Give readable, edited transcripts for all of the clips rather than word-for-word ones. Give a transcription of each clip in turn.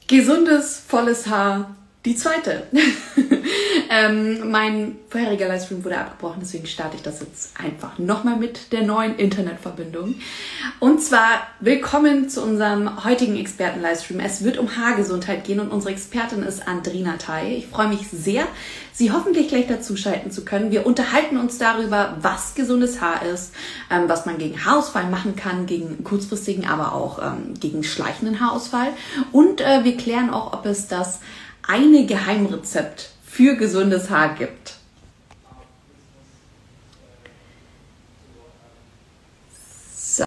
Gesundes, volles Haar, die zweite. Mein vorheriger Livestream wurde abgebrochen, deswegen starte ich das jetzt einfach nochmal mit der neuen Internetverbindung. Und zwar willkommen zu unserem heutigen Experten-Livestream. Es wird um Haargesundheit gehen und unsere Expertin ist Andrina Thai. Ich freue mich sehr, Sie hoffentlich gleich dazuschalten zu können. Wir unterhalten uns darüber, was gesundes Haar ist, was man gegen Haarausfall machen kann, gegen kurzfristigen, aber auch gegen schleichenden Haarausfall. Und wir klären auch, ob es das eine Geheimrezept für gesundes Haar gibt. So.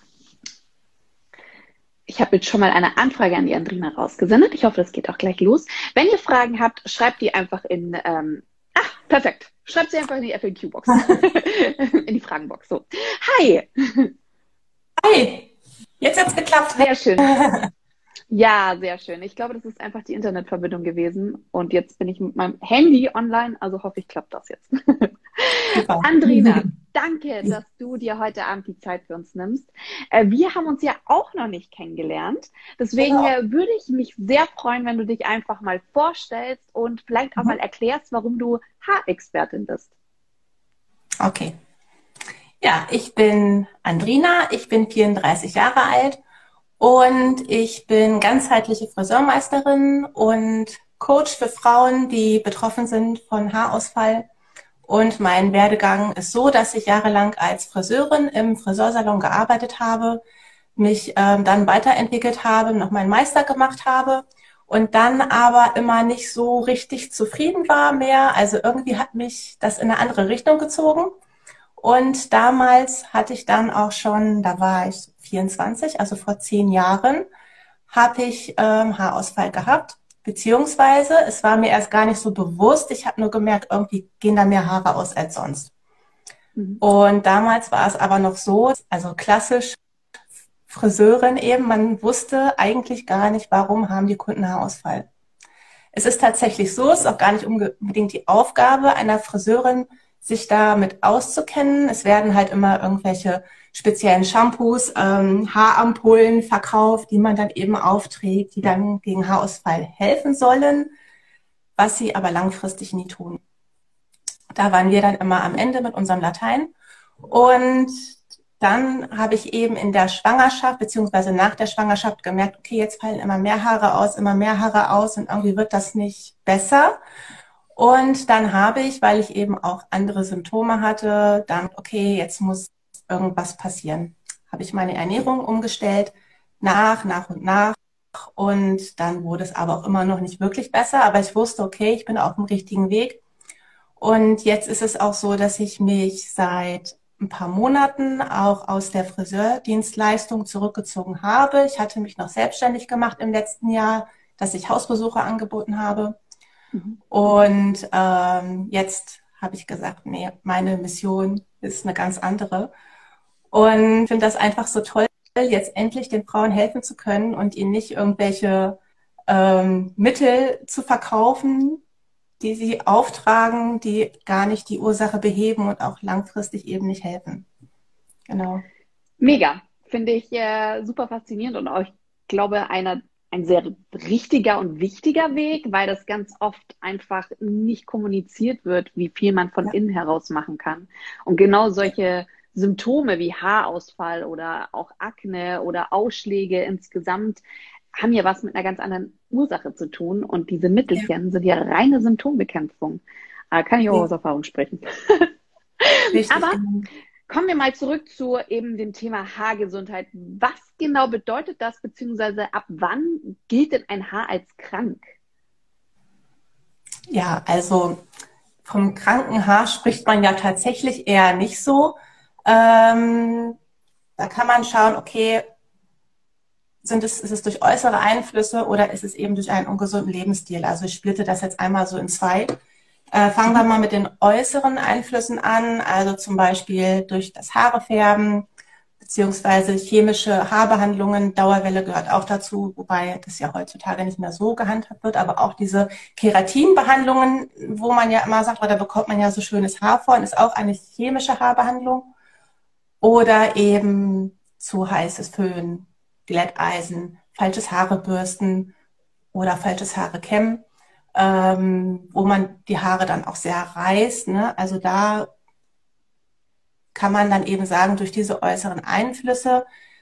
Ich habe jetzt schon mal eine Anfrage an die Andrina rausgesendet. Ich hoffe, das geht auch gleich los. Wenn ihr Fragen habt, schreibt die einfach in... perfekt. Schreibt sie einfach in die FAQ-Box. In die Fragenbox. So. Hi! Hi! Jetzt hat's geklappt. Sehr schön. Ja, sehr schön. Ich glaube, das ist einfach die Internetverbindung gewesen. Und jetzt bin ich mit meinem Handy online, also hoffe ich, klappt das jetzt. Super. Andrina, danke, dass du dir heute Abend die Zeit für uns nimmst. Wir haben uns ja auch noch nicht kennengelernt. Deswegen würde ich mich sehr freuen, wenn du dich einfach mal vorstellst und vielleicht auch mal erklärst, warum du Haarexpertin bist. Okay. Ja, ich bin Andrina, ich bin 34 Jahre alt. Und ich bin ganzheitliche Friseurmeisterin und Coach für Frauen, die betroffen sind von Haarausfall. Und mein Werdegang ist so, dass ich jahrelang als Friseurin im Friseursalon gearbeitet habe, mich dann weiterentwickelt habe, noch meinen Meister gemacht habe und dann aber immer nicht so richtig zufrieden war mehr. Also irgendwie hat mich das in eine andere Richtung gezogen. Und damals hatte ich dann auch schon, da war ich 24, also vor 10 Jahren, habe ich Haarausfall gehabt. Beziehungsweise, es war mir erst gar nicht so bewusst. Ich habe nur gemerkt, irgendwie gehen da mehr Haare aus als sonst. Und damals war es aber noch so, also klassisch Friseurin eben, man wusste eigentlich gar nicht, warum haben die Kunden Haarausfall. Es ist tatsächlich so, es ist auch gar nicht unbedingt die Aufgabe einer Friseurin, sich damit auszukennen. Es werden halt immer irgendwelche speziellen Shampoos, Haarampullen verkauft, die man dann eben aufträgt, die dann gegen Haarausfall helfen sollen, was sie aber langfristig nie tun. Da waren wir dann immer am Ende mit unserem Latein. Und dann habe ich eben in der Schwangerschaft beziehungsweise nach der Schwangerschaft gemerkt, okay, jetzt fallen immer mehr Haare aus und irgendwie wird das nicht besser. Und dann habe ich, weil ich eben auch andere Symptome hatte, dann, okay, jetzt muss irgendwas passieren. Habe ich meine Ernährung umgestellt, nach und nach. Und dann wurde es aber auch immer noch nicht wirklich besser. Aber ich wusste, okay, ich bin auf dem richtigen Weg. Und jetzt ist es auch so, dass ich mich seit ein paar Monaten auch aus der Friseurdienstleistung zurückgezogen habe. Ich hatte mich noch selbstständig gemacht im letzten Jahr, dass ich Hausbesuche angeboten habe. Und jetzt habe ich gesagt, nee, meine Mission ist eine ganz andere. Und finde das einfach so toll, jetzt endlich den Frauen helfen zu können und ihnen nicht irgendwelche Mittel zu verkaufen, die sie auftragen, die gar nicht die Ursache beheben und auch langfristig eben nicht helfen. Genau. Mega. Finde ich super faszinierend und auch, ich glaube, ein sehr richtiger und wichtiger Weg, weil das ganz oft einfach nicht kommuniziert wird, wie viel man von innen heraus machen kann. Und genau solche Symptome wie Haarausfall oder auch Akne oder Ausschläge insgesamt haben ja was mit einer ganz anderen Ursache zu tun. Und diese Mittelchen sind ja reine Symptombekämpfung. Kann ich auch aus Erfahrung sprechen. Richtig. Aber kommen wir mal zurück zu eben dem Thema Haargesundheit. Was genau bedeutet das, beziehungsweise ab wann gilt denn ein Haar als krank? Ja, also vom kranken Haar spricht man ja tatsächlich eher nicht so. Da kann man schauen, okay, ist es durch äußere Einflüsse oder ist es eben durch einen ungesunden Lebensstil? Also ich splitte das jetzt einmal so in zwei. Fangen wir mal mit den äußeren Einflüssen an, also zum Beispiel durch das Haarefärben, beziehungsweise chemische Haarbehandlungen. Dauerwelle gehört auch dazu, wobei das ja heutzutage nicht mehr so gehandhabt wird, aber auch diese Keratinbehandlungen, wo man ja immer sagt, da bekommt man ja so schönes Haar von, ist auch eine chemische Haarbehandlung. Oder eben zu heißes Föhn, Glätteisen, falsches Haarebürsten oder falsches Haare kämmen, wo man die Haare dann auch sehr reißt. Ne? Also da kann man dann eben sagen, durch diese äußeren Einflüsse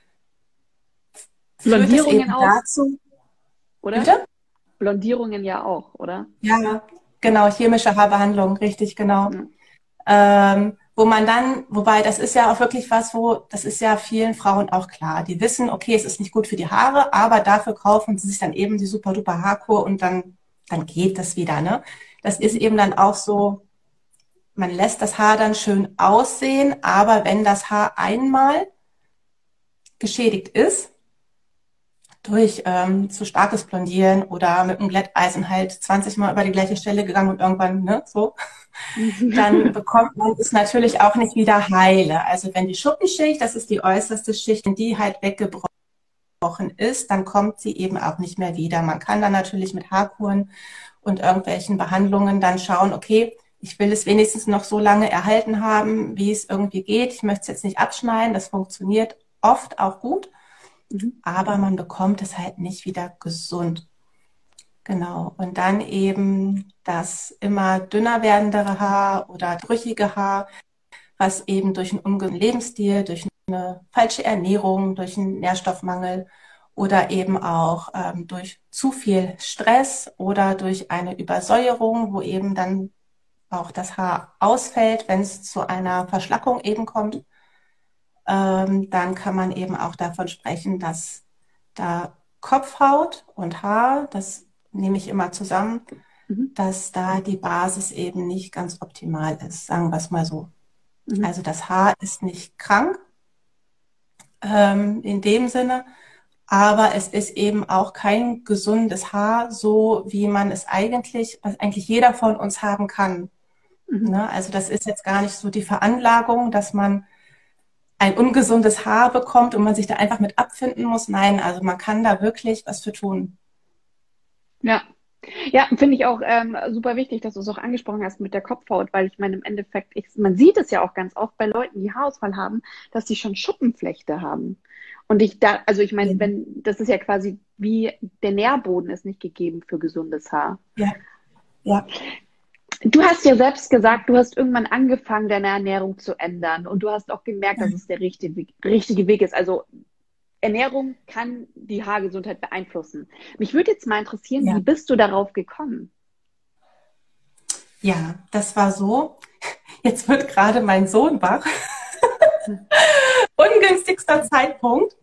führt es Blondierungen eben auch, dazu, wie oder? bitte? Blondierungen ja auch, oder? Ja, genau, chemische Haarbehandlung, richtig, genau. Ja. Wo man dann, wobei das ist ja auch wirklich was, das ist ja vielen Frauen auch klar. Die wissen, okay, es ist nicht gut für die Haare, aber dafür kaufen sie sich dann eben die super duper Haarkur und dann geht das wieder, ne? Das ist eben dann auch so, man lässt das Haar dann schön aussehen, aber wenn das Haar einmal geschädigt ist, durch zu starkes Blondieren oder mit dem Glätteisen halt 20 Mal über die gleiche Stelle gegangen und irgendwann, ne, so, dann bekommt man es natürlich auch nicht wieder heile. Also wenn die Schuppenschicht, das ist die äußerste Schicht, wenn die halt weggebrochen ist, dann kommt sie eben auch nicht mehr wieder. Man kann dann natürlich mit Haarkuren und irgendwelchen Behandlungen dann schauen, okay, ich will es wenigstens noch so lange erhalten haben, wie es irgendwie geht. Ich möchte es jetzt nicht abschneiden. Das funktioniert oft auch gut, aber man bekommt es halt nicht wieder gesund. Genau. Und dann eben das immer dünner werdendere Haar oder brüchige Haar, was eben durch einen ungesunden Lebensstil, durch eine falsche Ernährung, durch einen Nährstoffmangel oder eben auch durch zu viel Stress oder durch eine Übersäuerung, wo eben dann auch das Haar ausfällt, wenn es zu einer Verschlackung eben kommt, dann kann man eben auch davon sprechen, dass da Kopfhaut und Haar, das nehme ich immer zusammen, dass da die Basis eben nicht ganz optimal ist, sagen wir es mal so. Also das Haar ist nicht krank in dem Sinne, aber es ist eben auch kein gesundes Haar, so wie man es eigentlich, was eigentlich jeder von uns haben kann. Ne? Also das ist jetzt gar nicht so die Veranlagung, dass man ein ungesundes Haar bekommt und man sich da einfach mit abfinden muss. Nein, also man kann da wirklich was für tun. Ja. Ja, finde ich auch super wichtig, dass du es auch angesprochen hast mit der Kopfhaut, weil ich meine, im Endeffekt, man sieht es ja auch ganz oft bei Leuten, die Haarausfall haben, dass sie schon Schuppenflechte haben. Und also ich meine, das ist ja quasi wie der Nährboden ist nicht gegeben für gesundes Haar. Ja, ja. Du hast ja selbst gesagt, du hast irgendwann angefangen, deine Ernährung zu ändern und du hast auch gemerkt, dass es der richtige Weg ist. Also Ernährung kann die Haargesundheit beeinflussen. Mich würde jetzt mal interessieren, Ja. wie bist du darauf gekommen? Ja, das war so. Jetzt wird gerade mein Sohn wach. Ungünstigster Zeitpunkt.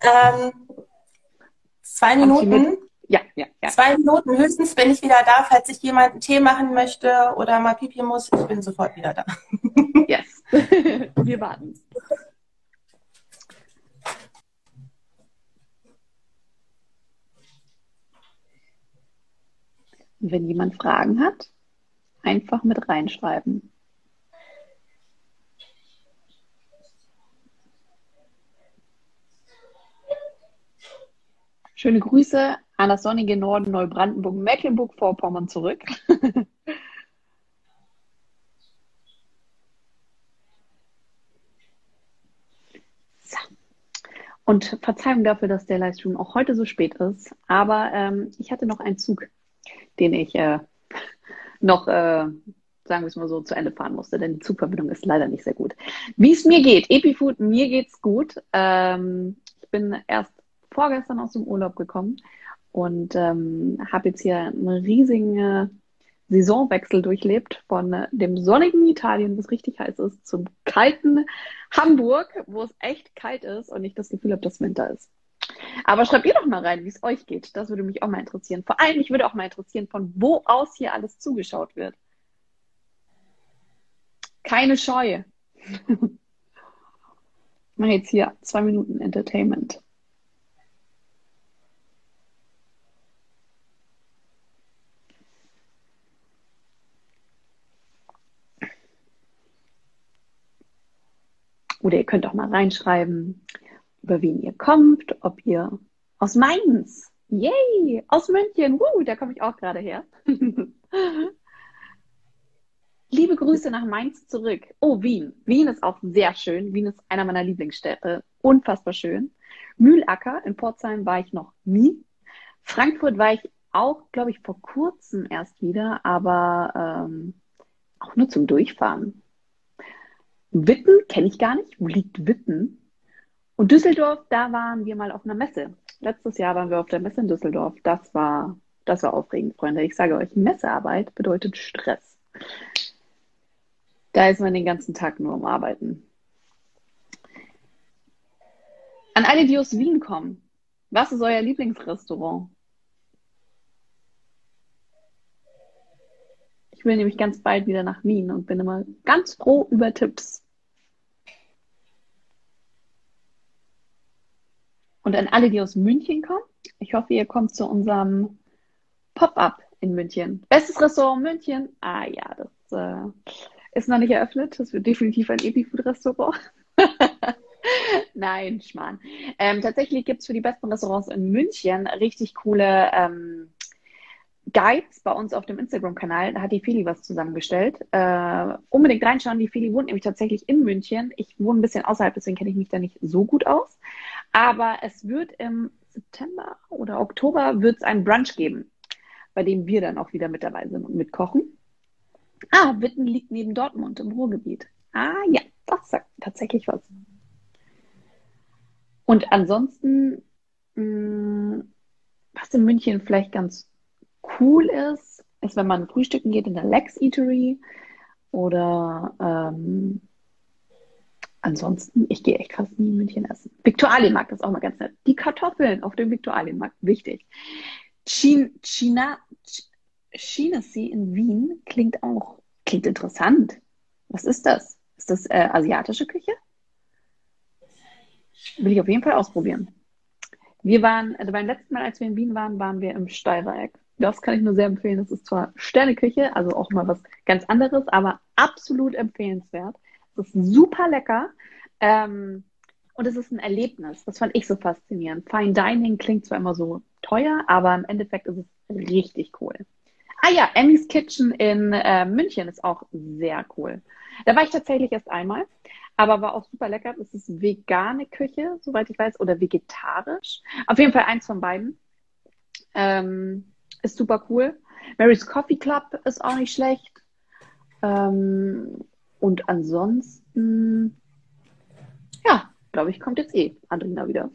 2 Minuten. Ja. 2 Minuten höchstens bin ich wieder da, falls sich jemand einen Tee machen möchte oder mal pipi muss. Ich bin sofort wieder da. Yes. Wir warten. Und wenn jemand Fragen hat, einfach mit reinschreiben. Schöne Grüße an das sonnige Norden Neubrandenburg, Mecklenburg-Vorpommern zurück. So. Und Verzeihung dafür, dass der Livestream auch heute so spät ist, aber ich hatte noch einen Zug, den ich noch, sagen wir es mal so, zu Ende fahren musste, denn die Zugverbindung ist leider nicht sehr gut. Wie es mir geht, EpiFood, mir geht's gut. Ich bin erst vorgestern aus dem Urlaub gekommen und habe jetzt hier einen riesigen Saisonwechsel durchlebt von dem sonnigen Italien, wo es richtig heiß ist, zum kalten Hamburg, wo es echt kalt ist und ich das Gefühl habe, dass Winter ist. Aber schreibt ihr doch mal rein, wie es euch geht. Das würde mich auch mal interessieren. Vor allem, mich würde auch mal interessieren, von wo aus hier alles zugeschaut wird. Keine Scheu. Ich mache jetzt hier 2 Minuten Entertainment. Oder ihr könnt auch mal reinschreiben, über wen ihr kommt, ob ihr aus Mainz, yay, aus München, da komme ich auch gerade her. Liebe Grüße nach Mainz zurück. Oh, Wien. Wien ist auch sehr schön. Wien ist einer meiner Lieblingsstädte. Unfassbar schön. Mühlacker in Pforzheim war ich noch nie. Frankfurt war ich auch, glaube ich, vor kurzem erst wieder, aber auch nur zum Durchfahren. Witten kenne ich gar nicht. Wo liegt Witten? Und Düsseldorf, da waren wir mal auf einer Messe. Letztes Jahr waren wir auf der Messe in Düsseldorf. Das war aufregend, Freunde. Ich sage euch, Messearbeit bedeutet Stress. Da ist man den ganzen Tag nur am Arbeiten. An alle, die aus Wien kommen, was ist euer Lieblingsrestaurant? Ich will nämlich ganz bald wieder nach Wien und bin immer ganz froh über Tipps. Und an alle, die aus München kommen, ich hoffe, ihr kommt zu unserem Pop-up in München. Bestes Restaurant München? Ah ja, das ist noch nicht eröffnet. Das wird definitiv ein Epifood-Restaurant. Nein, Schmarrn. Tatsächlich gibt es für die besten Restaurants in München richtig coole Guides bei uns auf dem Instagram-Kanal. Da hat die Feli was zusammengestellt. Unbedingt reinschauen. Die Feli wohnt nämlich tatsächlich in München. Ich wohne ein bisschen außerhalb, deswegen kenne ich mich da nicht so gut aus. Aber es wird im September oder Oktober wird es einen Brunch geben, bei dem wir dann auch wieder mit dabei sind und mitkochen. Ah, Witten liegt neben Dortmund im Ruhrgebiet. Ah ja, das sagt tatsächlich was. Und ansonsten, was in München vielleicht ganz cool ist, ist, wenn man frühstücken geht in der Lex Eatery oder ansonsten, ich gehe echt fast nie in München essen. Viktualienmarkt ist auch mal ganz nett. Die Kartoffeln auf dem Viktualienmarkt, wichtig. Chinesee in Wien klingt interessant. Was ist das? Ist das asiatische Küche? Will ich auf jeden Fall ausprobieren. Wir waren, also beim letzten Mal, als wir in Wien waren, waren wir im Steireck. Das kann ich nur sehr empfehlen. Das ist zwar Sterneküche, also auch mal was ganz anderes, aber absolut empfehlenswert. Es ist super lecker. Und es ist ein Erlebnis. Das fand ich so faszinierend. Fine Dining klingt zwar immer so teuer, aber im Endeffekt ist es richtig cool. Ah ja, Emmys Kitchen in München ist auch sehr cool. Da war ich tatsächlich erst einmal, aber war auch super lecker. Es ist vegane Küche, soweit ich weiß, oder vegetarisch. Auf jeden Fall eins von beiden. Ist super cool. Mary's Coffee Club ist auch nicht schlecht. Und ansonsten, ja, glaube ich, kommt jetzt Andrina wieder.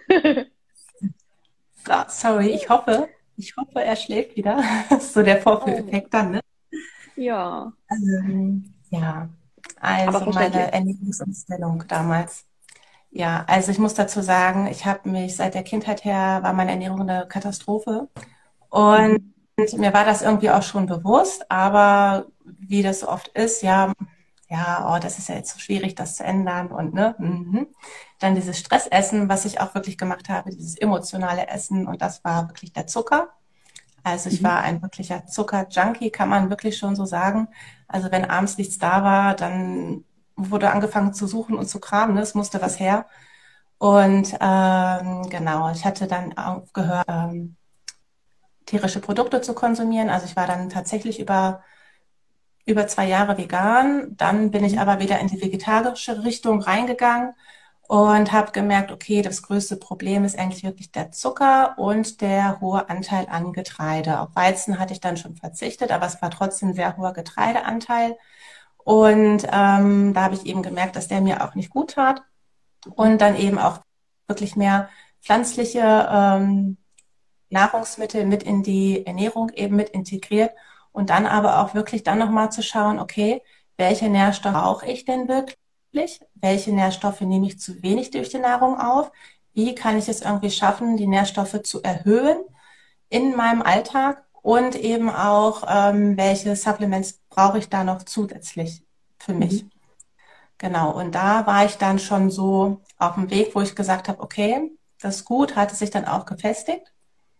So, sorry, ich hoffe, er schläft wieder. Das ist so der Vorführeffekt dann, ne? Ja. Ja, Aber also meine Ernährungsumstellung damals. Ja, also ich muss dazu sagen, ich habe mich seit der Kindheit her, war meine Ernährung eine Katastrophe. Und mir war das irgendwie auch schon bewusst, aber wie das so oft ist, ja, oh, das ist ja jetzt so schwierig, das zu ändern und ne, Dann dieses Stressessen, was ich auch wirklich gemacht habe, dieses emotionale Essen und das war wirklich der Zucker. Also ich war ein wirklicher Zucker-Junkie, kann man wirklich schon so sagen. Also wenn abends nichts da war, dann wurde angefangen zu suchen und zu kramen, ne? Es musste was her. Und genau, ich hatte dann aufgehört, tierische Produkte zu konsumieren. Also ich war dann tatsächlich über 2 Jahre vegan. Dann bin ich aber wieder in die vegetarische Richtung reingegangen und habe gemerkt, okay, das größte Problem ist eigentlich wirklich der Zucker und der hohe Anteil an Getreide. Auf Weizen hatte ich dann schon verzichtet, aber es war trotzdem ein sehr hoher Getreideanteil. Und da habe ich eben gemerkt, dass der mir auch nicht gut tat. Und dann eben auch wirklich mehr pflanzliche Nahrungsmittel mit in die Ernährung eben mit integriert. Und dann aber auch wirklich dann nochmal zu schauen, okay, welche Nährstoffe brauche ich denn wirklich? Welche Nährstoffe nehme ich zu wenig durch die Nahrung auf? Wie kann ich es irgendwie schaffen, die Nährstoffe zu erhöhen in meinem Alltag? Und eben auch, welche Supplements brauche ich da noch zusätzlich für mich? Genau, und da war ich dann schon so auf dem Weg, wo ich gesagt habe, okay, das ist gut, hatte sich dann auch gefestigt.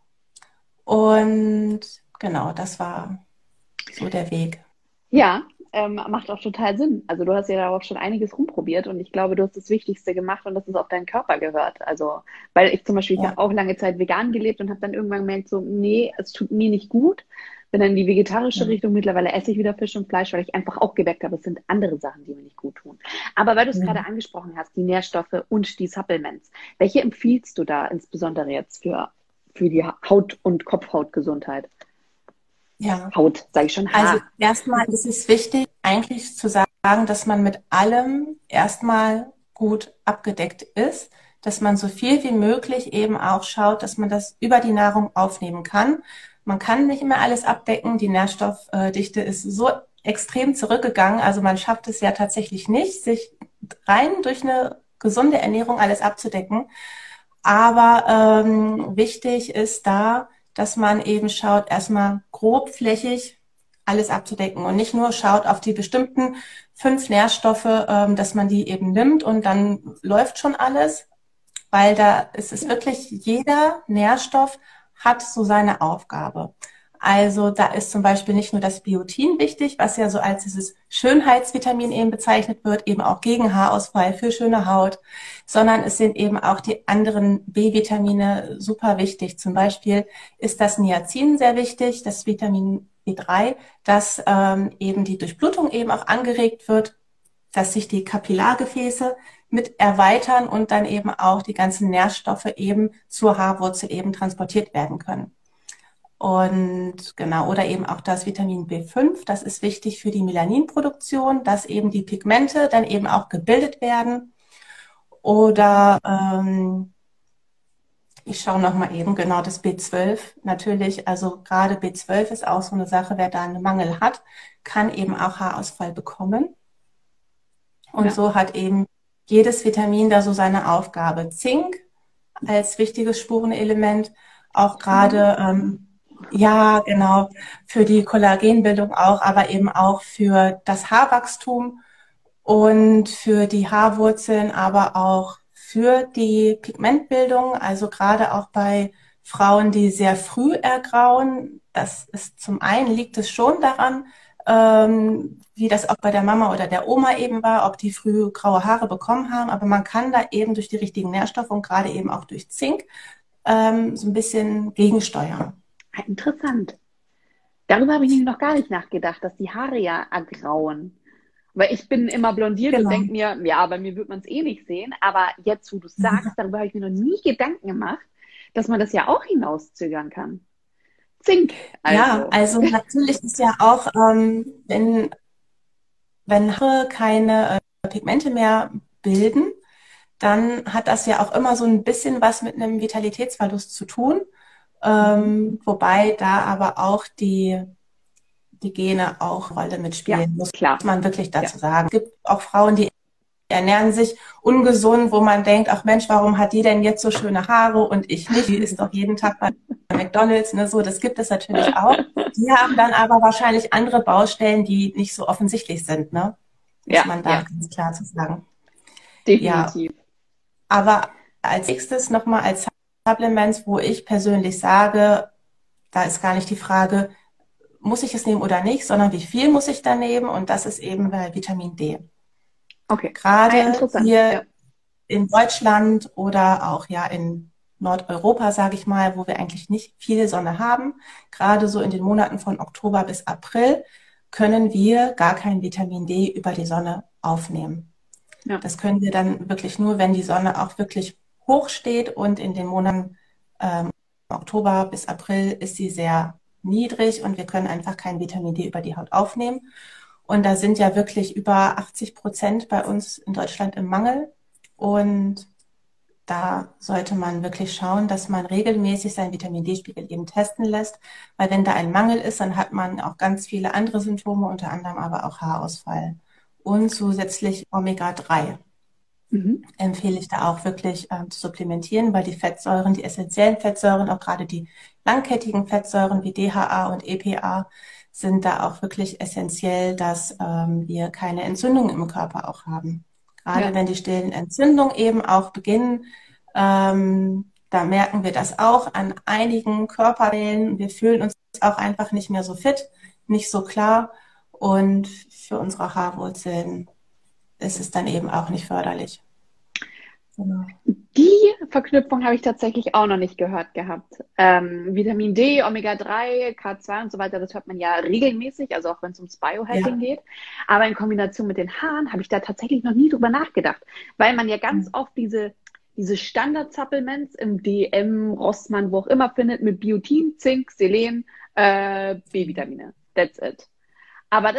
Und genau, das war so der Weg. Ja, macht auch total Sinn. Also du hast ja da auch schon einiges rumprobiert und ich glaube, du hast das Wichtigste gemacht und dass es auf deinen Körper gehört. Also, weil ich zum Beispiel, ich Ja. habe auch lange Zeit vegan gelebt und habe dann irgendwann gemerkt, so, nee, es tut mir nicht gut. Bin dann in die vegetarische Richtung. Mittlerweile esse ich wieder Fisch und Fleisch, weil ich einfach auch gemerkt habe, es sind andere Sachen, die mir nicht gut tun. Aber weil du es gerade angesprochen hast, die Nährstoffe und die Supplements, welche empfiehlst du da insbesondere jetzt für für die Haut- und Kopfhautgesundheit? Ja, Haut, sage ich schon, also Haar. erstmal ist es wichtig, eigentlich zu sagen, dass man mit allem erstmal gut abgedeckt ist, dass man so viel wie möglich eben auch schaut, dass man das über die Nahrung aufnehmen kann. Man kann nicht immer alles abdecken, die Nährstoffdichte ist so extrem zurückgegangen, also man schafft es ja tatsächlich nicht, sich rein durch eine gesunde Ernährung alles abzudecken. Aber wichtig ist da, dass man eben schaut, erstmal grobflächig alles abzudecken und nicht nur schaut auf die bestimmten 5 Nährstoffe, dass man die eben nimmt und dann läuft schon alles, weil da ist es wirklich, jeder Nährstoff hat so seine Aufgabe. Also da ist zum Beispiel nicht nur das Biotin wichtig, was ja so als dieses Schönheitsvitamin eben bezeichnet wird, eben auch gegen Haarausfall, für schöne Haut, sondern es sind eben auch die anderen B-Vitamine super wichtig. Zum Beispiel ist das Niacin sehr wichtig, das Vitamin B3, dass eben die Durchblutung eben auch angeregt wird, dass sich die Kapillargefäße mit erweitern und dann eben auch die ganzen Nährstoffe eben zur Haarwurzel eben transportiert werden können. Und genau, oder eben auch das Vitamin B5, das ist wichtig für die Melaninproduktion, dass eben die Pigmente dann eben auch gebildet werden. Oder ich schaue noch mal eben, genau, das B12 natürlich, also gerade B12 ist auch so eine Sache, wer da einen Mangel hat, kann eben auch Haarausfall bekommen. Und Ja. so hat eben jedes Vitamin da so seine Aufgabe. Zink als wichtiges Spurenelement, auch gerade, ja, genau, für die Kollagenbildung auch, aber eben auch für das Haarwachstum und für die Haarwurzeln, aber auch für die Pigmentbildung, also gerade auch bei Frauen, die sehr früh ergrauen. Das ist zum einen liegt es schon daran, wie das auch bei der Mama oder der Oma eben war, ob die früh graue Haare bekommen haben. Aber man kann da eben durch die richtigen Nährstoffe und gerade eben auch durch Zink so ein bisschen gegensteuern. Interessant. Darüber habe ich nämlich noch gar nicht nachgedacht, dass die Haare ja ergrauen. Weil ich bin immer blondiert und Genau. denke mir, ja, bei mir wird man es eh nicht sehen. Aber jetzt, wo du es sagst, darüber habe ich mir noch nie Gedanken gemacht, dass man das ja auch hinauszögern kann. Zink, Ja, also. also natürlich ist ja auch, wenn Haare keine Pigmente mehr bilden, dann hat das ja auch immer so ein bisschen was mit einem Vitalitätsverlust zu tun. Wobei da aber auch die Gene auch eine Rolle Ja, mitspielen, muss klar. man wirklich Ja. dazu sagen. Es gibt auch Frauen, die ernähren sich ungesund, wo man denkt, ach Mensch, warum hat die denn jetzt so schöne Haare und ich nicht? Die isst doch jeden Tag bei McDonald's, ne? So, das gibt es natürlich auch. Die haben dann aber wahrscheinlich andere Baustellen, die nicht so offensichtlich sind, ne? Muss Ja, man da ja, ganz klar zu sagen. Ja, definitiv. aber als nächstes nochmal als Supplements, wo ich persönlich sage, da ist gar nicht die Frage, muss ich es nehmen oder nicht, sondern wie viel muss ich da nehmen? Und das ist eben bei Vitamin D. Okay. Ah, ja, Gerade interessant. hier Ja. in Deutschland oder auch ja in Nordeuropa, sage ich mal, wo wir eigentlich nicht viel Sonne haben, gerade so in den Monaten von Oktober bis April, können wir gar kein Vitamin D über die Sonne aufnehmen. Ja. Das können wir dann wirklich nur, wenn die Sonne auch wirklich hoch steht und in den Monaten Oktober bis April ist sie sehr niedrig und wir können einfach kein Vitamin D über die Haut aufnehmen. Und da sind ja wirklich über 80% bei uns in Deutschland im Mangel. Und da sollte man wirklich schauen, dass man regelmäßig seinen Vitamin D-Spiegel eben testen lässt, weil wenn da ein Mangel ist, dann hat man auch ganz viele andere Symptome, unter anderem aber auch Haarausfall. Und zusätzlich Omega-3 Mhm. empfehle ich da auch wirklich zu supplementieren, weil die Fettsäuren, die essentiellen Fettsäuren, auch gerade die langkettigen Fettsäuren wie DHA und EPA, sind da auch wirklich essentiell, dass wir keine Entzündungen im Körper auch haben. Gerade Ja. wenn die stillen Entzündungen eben auch beginnen, da merken wir das auch an einigen Körperteilen. Wir fühlen uns auch einfach nicht mehr so fit, nicht so klar und für unsere Haarwurzeln ist es dann eben auch nicht förderlich. Genau. Die Verknüpfung habe ich tatsächlich auch noch nicht gehört gehabt. Vitamin D, Omega-3, K2 und so weiter, das hört man ja regelmäßig, also auch wenn es ums Biohacking Ja. geht. Aber in Kombination mit den Haaren habe ich da tatsächlich noch nie drüber nachgedacht, weil man ja ganz oft diese diese Standard-Supplements im DM, Rossmann, wo auch immer findet, mit Biotin, Zink, Selen, B-Vitamine. That's it. Aber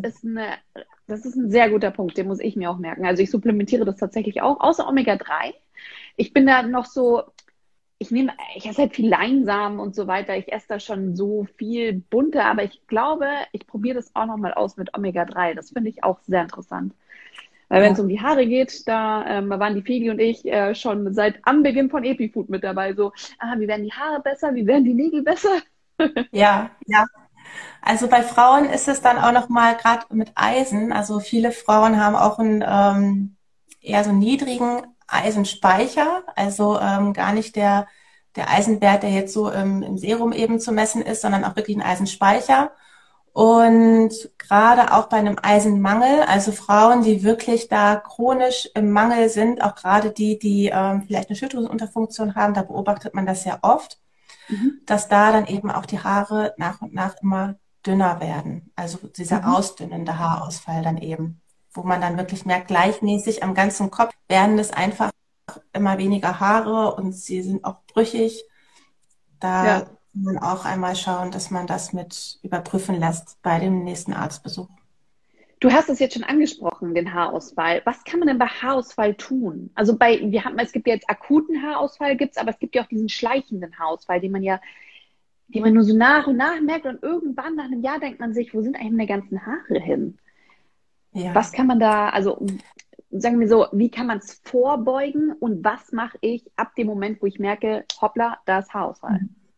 das ist ein sehr guter Punkt, den muss ich mir auch merken. Also ich supplementiere das tatsächlich auch, außer Omega-3. Ich bin da noch so, ich esse halt viel Leinsamen und so weiter. Ich esse da schon so viel bunter, aber ich glaube, ich probiere das auch nochmal aus mit Omega-3. Das finde ich auch sehr interessant. Weil wenn es um die Haare geht, da waren die Feli und ich schon seit Anbeginn von EpiFood mit dabei. So, wie werden die Haare besser? Wie werden die Nägel besser? Ja, ja. Also bei Frauen ist es dann auch noch mal gerade mit Eisen. Also viele Frauen haben auch einen eher so niedrigen Eisenspeicher. Also gar nicht der Eisenwert, der jetzt so im Serum eben zu messen ist, sondern auch wirklich ein Eisenspeicher. Und gerade auch bei einem Eisenmangel, also Frauen, die wirklich da chronisch im Mangel sind, auch gerade die vielleicht eine Schilddrüsenunterfunktion haben, da beobachtet man das ja oft, dass da dann eben auch die Haare nach und nach immer dünner werden. Also dieser ausdünnende Haarausfall dann eben, wo man dann wirklich merkt, gleichmäßig am ganzen Kopf werden es einfach immer weniger Haare und sie sind auch brüchig. Da Ja. kann man auch einmal schauen, dass man das mit überprüfen lässt bei dem nächsten Arztbesuch. Du hast es jetzt schon angesprochen, den Haarausfall. Was kann man denn bei Haarausfall tun? Also es gibt ja jetzt akuten Haarausfall, aber es gibt ja auch diesen schleichenden Haarausfall, den man nur so nach und nach merkt und irgendwann nach einem Jahr denkt man sich, wo sind eigentlich meine ganzen Haare hin? Ja. Was kann man da, also sagen wir so, wie kann man es vorbeugen und was mache ich ab dem Moment, wo ich merke, hoppla, da ist Haarausfall?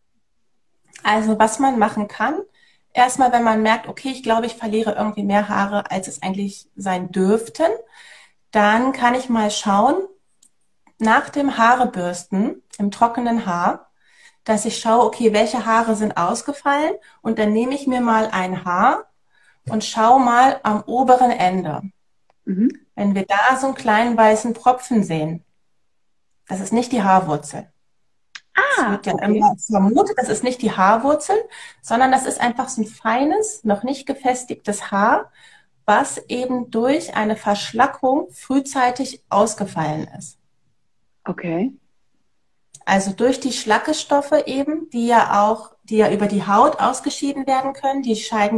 Also was man machen kann, erstmal, wenn man merkt, okay, ich glaube, ich verliere irgendwie mehr Haare, als es eigentlich sein dürften, dann kann ich mal schauen, nach dem Haarebürsten im trockenen Haar, dass ich schaue, okay, welche Haare sind ausgefallen und dann nehme ich mir mal ein Haar und schaue mal am oberen Ende. Wenn wir da so einen kleinen weißen Propfen sehen, das ist nicht die Haarwurzel. Es wird ja immer vermutet, das ist nicht die Haarwurzel, sondern das ist einfach so ein feines, noch nicht gefestigtes Haar, was eben durch eine Verschlackung frühzeitig ausgefallen ist. Okay. Also durch die Schlackestoffe eben, die ja über die Haut ausgeschieden werden können, die scheiden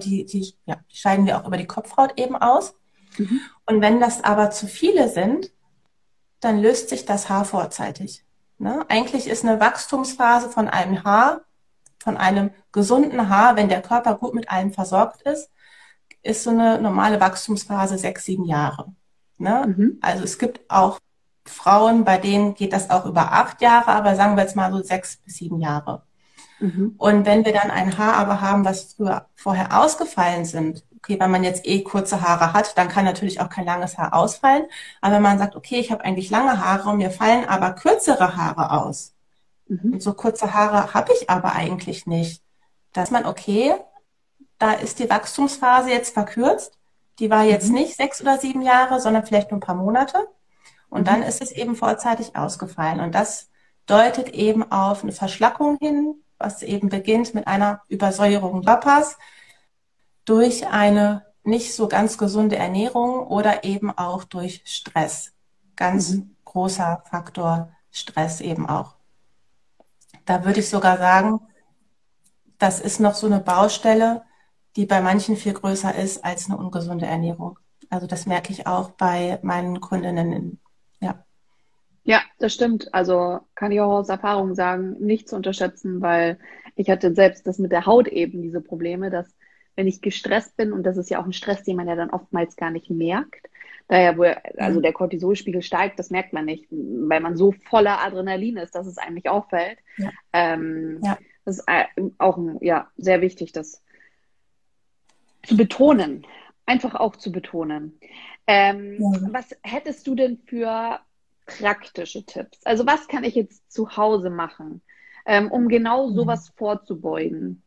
wir auch über die Kopfhaut eben aus. Und wenn das aber zu viele sind, dann löst sich das Haar vorzeitig. Ne? Eigentlich ist eine Wachstumsphase von einem Haar, von einem gesunden Haar, wenn der Körper gut mit allem versorgt ist so eine normale Wachstumsphase 6, 7 Jahre. Ne? Also es gibt auch Frauen, bei denen geht das auch über 8 Jahre, aber sagen wir jetzt mal so 6 bis 7 Jahre. Und wenn wir dann ein Haar aber haben, was vorher ausgefallen sind, okay, wenn man jetzt kurze Haare hat, dann kann natürlich auch kein langes Haar ausfallen. Aber wenn man sagt, okay, ich habe eigentlich lange Haare und mir fallen aber kürzere Haare aus. Und so kurze Haare habe ich aber eigentlich nicht. Dass man, okay, da ist die Wachstumsphase jetzt verkürzt. Die war jetzt nicht 6 oder 7 Jahre, sondern vielleicht nur ein paar Monate. Und dann ist es eben vorzeitig ausgefallen. Und das deutet eben auf eine Verschlackung hin, was eben beginnt mit einer Übersäuerung Körpers durch eine nicht so ganz gesunde Ernährung oder eben auch durch Stress. Ganz großer Faktor Stress eben auch. Da würde ich sogar sagen, das ist noch so eine Baustelle, die bei manchen viel größer ist als eine ungesunde Ernährung. Also das merke ich auch bei meinen Kundinnen. Ja, das stimmt. Also kann ich auch aus Erfahrung sagen, nicht zu unterschätzen, weil ich hatte selbst das mit der Haut eben diese Probleme, dass wenn ich gestresst bin, und das ist ja auch ein Stress, den man ja dann oftmals gar nicht merkt, also der Cortisolspiegel steigt, das merkt man nicht, weil man so voller Adrenalin ist, dass es einem nicht auffällt. Das ist auch sehr wichtig, das zu betonen, einfach auch zu betonen. Was hättest du denn für praktische Tipps? Also was kann ich jetzt zu Hause machen, um genau sowas vorzubeugen?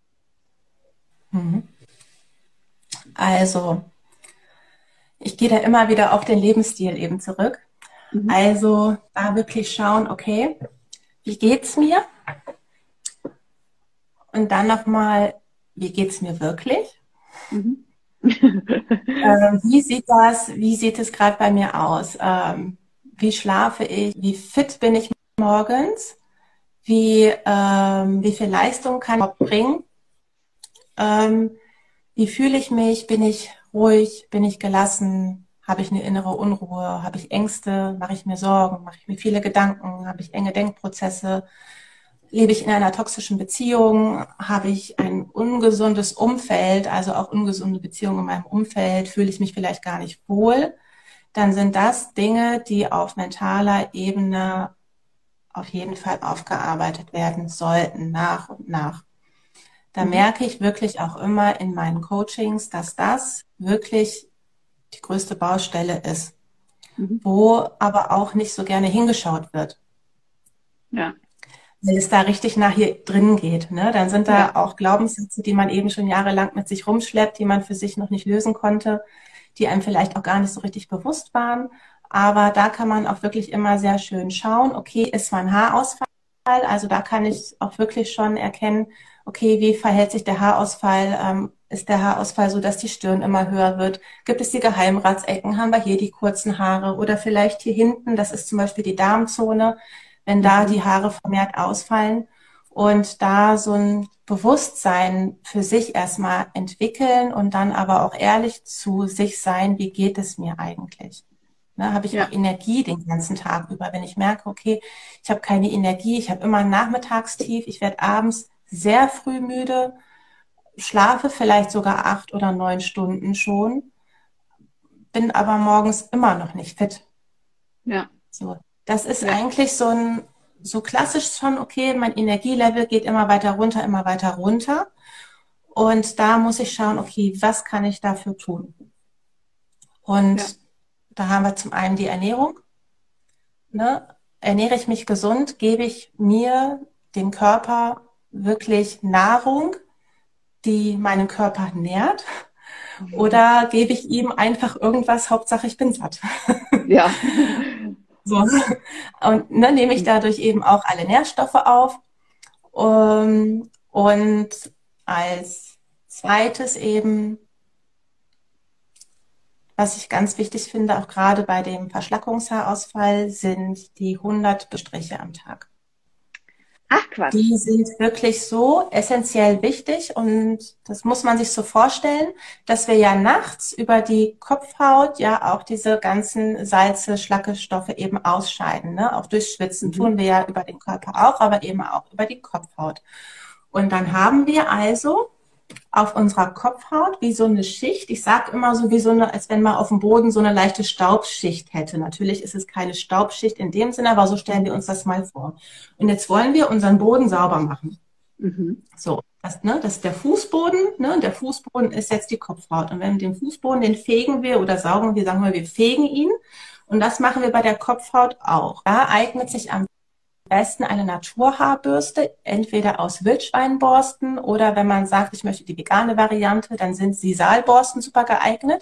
Also, ich gehe da immer wieder auf den Lebensstil eben zurück. Also da wirklich schauen, okay, wie geht's mir? Und dann nochmal, wie geht's mir wirklich? Wie sieht es gerade bei mir aus? wie schlafe ich, wie fit bin ich morgens, wie viel Leistung kann ich bringen, wie fühle ich mich, bin ich ruhig, bin ich gelassen, habe ich eine innere Unruhe, habe ich Ängste, mache ich mir Sorgen, mache ich mir viele Gedanken, habe ich enge Denkprozesse, lebe ich in einer toxischen Beziehung, habe ich ein ungesundes Umfeld, also auch ungesunde Beziehungen in meinem Umfeld, fühle ich mich vielleicht gar nicht wohl, dann sind das Dinge, die auf mentaler Ebene auf jeden Fall aufgearbeitet werden sollten, nach und nach. Da merke ich wirklich auch immer in meinen Coachings, dass das wirklich die größte Baustelle ist, wo aber auch nicht so gerne hingeschaut wird. Ja. Wenn es da richtig nach hier drin geht, ne? Dann sind da auch Glaubenssätze, die man eben schon jahrelang mit sich rumschleppt, die man für sich noch nicht lösen konnte, die einem vielleicht auch gar nicht so richtig bewusst waren. Aber da kann man auch wirklich immer sehr schön schauen, okay, ist mein Haarausfall? Also da kann ich auch wirklich schon erkennen, okay, wie verhält sich der Haarausfall? Ist der Haarausfall so, dass die Stirn immer höher wird? Gibt es die Geheimratsecken? Haben wir hier die kurzen Haare? Oder vielleicht hier hinten, das ist zum Beispiel die Darmzone, wenn da die Haare vermehrt ausfallen. Und da so ein Bewusstsein für sich erstmal entwickeln und dann aber auch ehrlich zu sich sein, wie geht es mir eigentlich? Ne, habe ich auch Energie den ganzen Tag über? Wenn ich merke, okay, ich habe keine Energie, ich habe immer ein Nachmittagstief, ich werde abends sehr früh müde, schlafe vielleicht sogar 8 oder 9 Stunden schon, bin aber morgens immer noch nicht fit. Ja. So, das ist eigentlich so klassisch schon, okay, mein Energielevel geht immer weiter runter, immer weiter runter. Und da muss ich schauen, okay, was kann ich dafür tun? Und da haben wir zum einen die Ernährung. Ne? Ernähre ich mich gesund, gebe ich mir, dem Körper, wirklich Nahrung, die meinen Körper nährt? Oder gebe ich ihm einfach irgendwas, Hauptsache ich bin satt? Ja. So. Und ne, nehme ich dadurch eben auch alle Nährstoffe auf. Und als zweites eben, was ich ganz wichtig finde, auch gerade bei dem Verschlackungshaarausfall, sind die 100 Bestriche am Tag. Ach Quatsch. Die sind wirklich so essentiell wichtig und das muss man sich so vorstellen, dass wir ja nachts über die Kopfhaut ja auch diese ganzen Salze, Schlackestoffe eben ausscheiden. Ne? Auch durch Schwitzen tun wir ja über den Körper auch, aber eben auch über die Kopfhaut. Und dann haben wir also auf unserer Kopfhaut wie so eine Schicht. Ich sage immer so wie so eine, als wenn man auf dem Boden so eine leichte Staubschicht hätte. Natürlich ist es keine Staubschicht in dem Sinne, aber so stellen wir uns das mal vor. Und jetzt wollen wir unseren Boden sauber machen. So, das ist der Fußboden. Ne? Der Fußboden ist jetzt die Kopfhaut. Und wenn den Fußboden, den fegen wir oder saugen wir, sagen wir fegen ihn. Und das machen wir bei der Kopfhaut auch. Da eignet sich am besten eine Naturhaarbürste, entweder aus Wildschweinborsten oder wenn man sagt, ich möchte die vegane Variante, dann sind Sisalborsten super geeignet.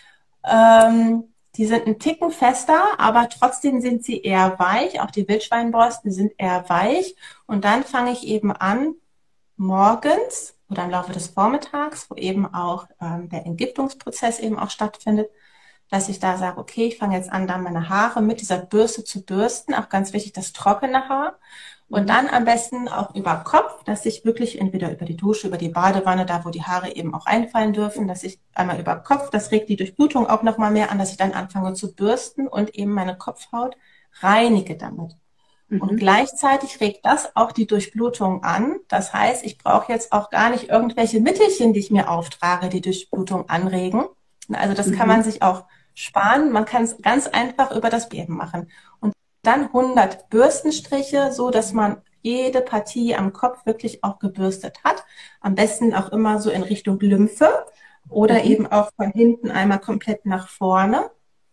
Die sind ein Ticken fester, aber trotzdem sind sie eher weich. Auch die Wildschweinborsten sind eher weich. Und dann fange ich eben an, morgens oder im Laufe des Vormittags, wo eben auch der Entgiftungsprozess eben auch stattfindet, dass ich da sage, okay, ich fange jetzt an, dann meine Haare mit dieser Bürste zu bürsten. Auch ganz wichtig, das trockene Haar. Und dann am besten auch über Kopf, dass ich wirklich entweder über die Dusche, über die Badewanne, da wo die Haare eben auch einfallen dürfen, dass ich einmal über Kopf, das regt die Durchblutung auch nochmal mehr an, dass ich dann anfange zu bürsten und eben meine Kopfhaut reinige damit. Und gleichzeitig regt das auch die Durchblutung an. Das heißt, ich brauche jetzt auch gar nicht irgendwelche Mittelchen, die ich mir auftrage, die Durchblutung anregen. Also das kann man sich auch sparen. Man kann es ganz einfach über das Beben machen. Und dann 100 Bürstenstriche, so dass man jede Partie am Kopf wirklich auch gebürstet hat. Am besten auch immer so in Richtung Lymphe oder eben auch von hinten einmal komplett nach vorne.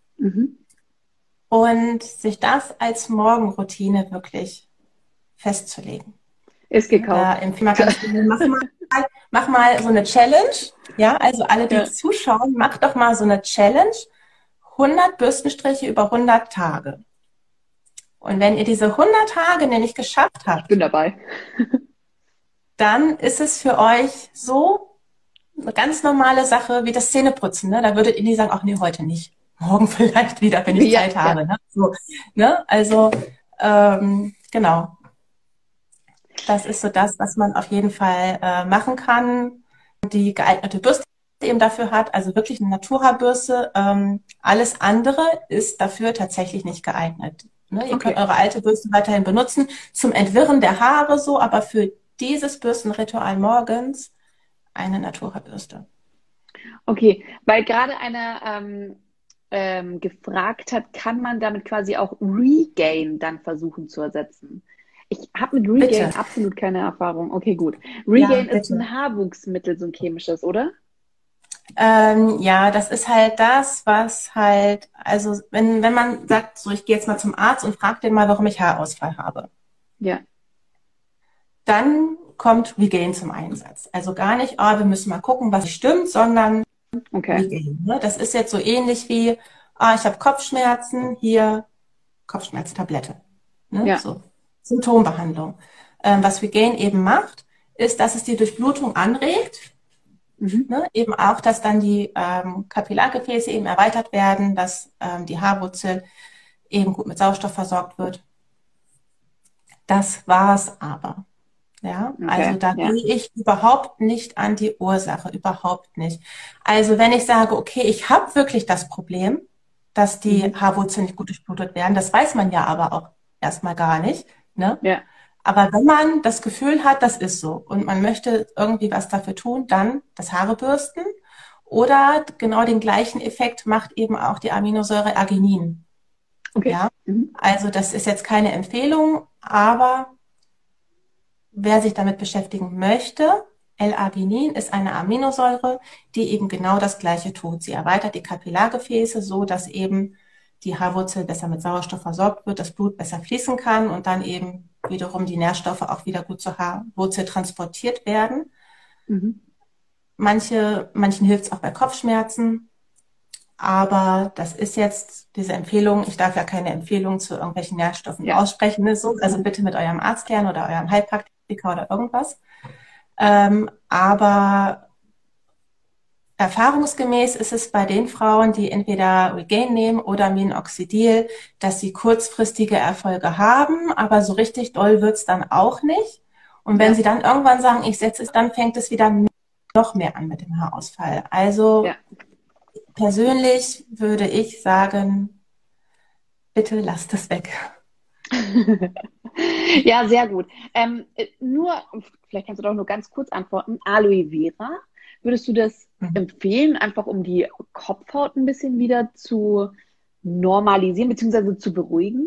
Und sich das als Morgenroutine wirklich festzulegen. Ist gekauft. Da empfehle ich ganz gerne, mach mal so eine Challenge. Ja, also alle, die zuschauen, macht doch mal so eine Challenge. 100 Bürstenstriche über 100 Tage. Und wenn ihr diese 100 Tage nämlich geschafft habt, Bin dabei. dann ist es für euch so eine ganz normale Sache wie das Zähneputzen. Ne? Da würdet ihr nie sagen, ach nee, heute nicht. morgen vielleicht wieder, wenn ich Ja, Zeit ja. habe. Ne? So, ne? Also genau, das ist so das, was man auf jeden Fall machen kann. Die geeignete Bürste eben dafür hat, also wirklich eine Naturhaarbürste. Alles andere ist dafür tatsächlich nicht geeignet. Ne? Ihr könnt Okay. eure alte Bürste weiterhin benutzen zum Entwirren der Haare so, aber für dieses Bürstenritual morgens eine Naturhaarbürste. Okay, weil gerade einer gefragt hat, kann man damit quasi auch Regain dann versuchen zu ersetzen? Ich habe mit Bitte. Regain absolut keine Erfahrung. Okay, gut. Ja, Regain ist bitte. ein Haarwuchsmittel, so ein chemisches, oder? Ja, das ist halt das, was halt, also wenn man sagt, so ich gehe jetzt mal zum Arzt und frage den mal, warum ich Haarausfall habe, Ja, dann kommt Regain zum Einsatz. Also gar nicht, oh, wir müssen mal gucken, was stimmt, sondern okay. Regain. Ne? Das ist jetzt so ähnlich wie, ah, ich habe Kopfschmerzen, hier Kopfschmerztablette. Ne? Ja. So, Symptombehandlung. Was Regain eben macht, ist, dass es die Durchblutung anregt. Mhm. Ne? Eben auch, dass dann die Kapillargefäße eben erweitert werden, dass die Haarwurzel eben gut mit Sauerstoff versorgt wird. Das war's aber. Ja, also Okay. da Ja. gehe ich überhaupt nicht an die Ursache, überhaupt nicht. Also wenn ich sage, okay, ich habe wirklich das Problem, dass die Mhm. Haarwurzeln nicht gut durchblutet werden, das weiß man ja aber auch erstmal gar nicht. Ne? Ja. Aber wenn man das Gefühl hat, das ist so und man möchte irgendwie was dafür tun, dann das Haare bürsten. Oder genau den gleichen Effekt macht eben auch die Aminosäure Arginin. Okay. Ja, Mhm. also das ist jetzt keine Empfehlung, aber wer sich damit beschäftigen möchte, L-Arginin ist eine Aminosäure, die eben genau das Gleiche tut. Sie erweitert die Kapillargefäße so, dass eben die Haarwurzel besser mit Sauerstoff versorgt wird, das Blut besser fließen kann und dann eben wiederum die Nährstoffe auch wieder gut zur Haarwurzel transportiert werden. Mhm. Manchen hilft es auch bei Kopfschmerzen, aber das ist jetzt diese Empfehlung. Ich darf ja keine Empfehlung zu irgendwelchen Nährstoffen Ja. aussprechen. Ne? So, also bitte mit eurem Arzt klären oder eurem Heilpraktiker oder irgendwas. Aber erfahrungsgemäß ist es bei den Frauen, die entweder Regain nehmen oder Minoxidil, dass sie kurzfristige Erfolge haben, aber so richtig doll wird's dann auch nicht. Und wenn Ja. sie dann irgendwann sagen, ich setze es, dann fängt es wieder noch mehr an mit dem Haarausfall. Also Ja. persönlich würde ich sagen, bitte lasst es weg. Ja, sehr gut. Nur, vielleicht kannst du doch nur ganz kurz antworten. Aloe Vera, würdest du das Mhm. empfehlen, einfach um die Kopfhaut ein bisschen wieder zu normalisieren, beziehungsweise zu beruhigen?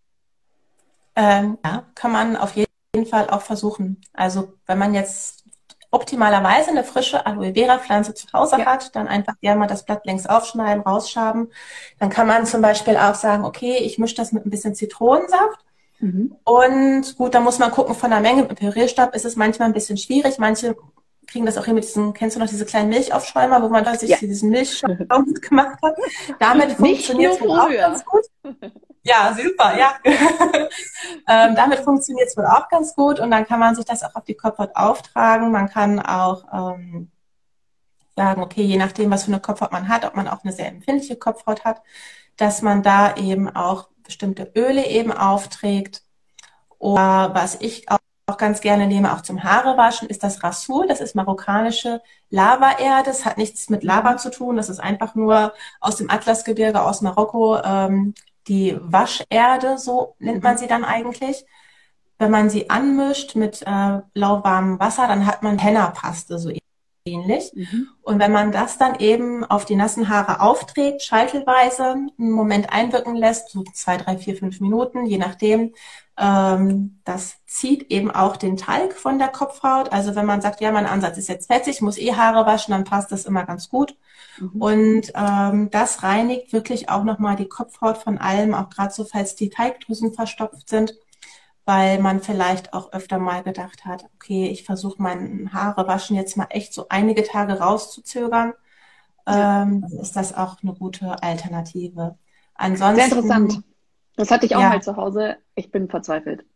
Ja, kann man auf jeden Fall auch versuchen. Also wenn man jetzt optimalerweise eine frische Aloe Vera Pflanze zu Hause Ja. hat, dann einfach gerne mal das Blatt längs aufschneiden, rausschaben. Dann kann man zum Beispiel auch sagen, okay, ich mische das mit ein bisschen Zitronensaft. Mhm. Und gut, da muss man gucken von der Menge. Mit Pürierstab ist es manchmal ein bisschen schwierig. Manche kriegen das auch hin mit diesen, kennst du noch diese kleinen Milchaufschäumer, wo man da sich Ja. diesen Milchschaum mitgemacht hat? Damit Nicht funktioniert nur es wohl auch ganz früher. gut. Ja, super, ja. Damit funktioniert es wohl auch ganz gut und dann kann man sich das auch auf die Kopfhaut auftragen. Man kann auch sagen, okay, je nachdem, was für eine Kopfhaut man hat, ob man auch eine sehr empfindliche Kopfhaut hat, dass man da eben auch bestimmte Öle eben aufträgt. Oder was ich auch ganz gerne nehme, auch zum Haarewaschen, ist das Rasul. Das ist marokkanische Lavaerde. Das hat nichts mit Lava Mhm. zu tun. Das ist einfach nur aus dem Atlasgebirge, aus Marokko, die Wascherde, so nennt man Mhm. sie dann eigentlich. Wenn man sie anmischt mit lauwarmem Wasser, dann hat man Henna-Paste, so ähnlich. Mhm. Und wenn man das dann eben auf die nassen Haare aufträgt, scheitelweise, einen Moment einwirken lässt, so 2, 3, 4, 5 Minuten, je nachdem, das zieht eben auch den Talg von der Kopfhaut. Also wenn man sagt, ja, mein Ansatz ist jetzt fettig, muss Haare waschen, dann passt das immer ganz gut. Mhm. Und das reinigt wirklich auch nochmal die Kopfhaut von allem, auch gerade so, falls die Teigdrüsen verstopft sind, weil man vielleicht auch öfter mal gedacht hat, okay, ich versuche mein Haarewaschen jetzt mal echt so einige Tage rauszuzögern, Ja. dann ist das auch eine gute Alternative. Sehr interessant. Ansonsten, Das hatte ich auch ja, mal zu Hause. Ich bin verzweifelt.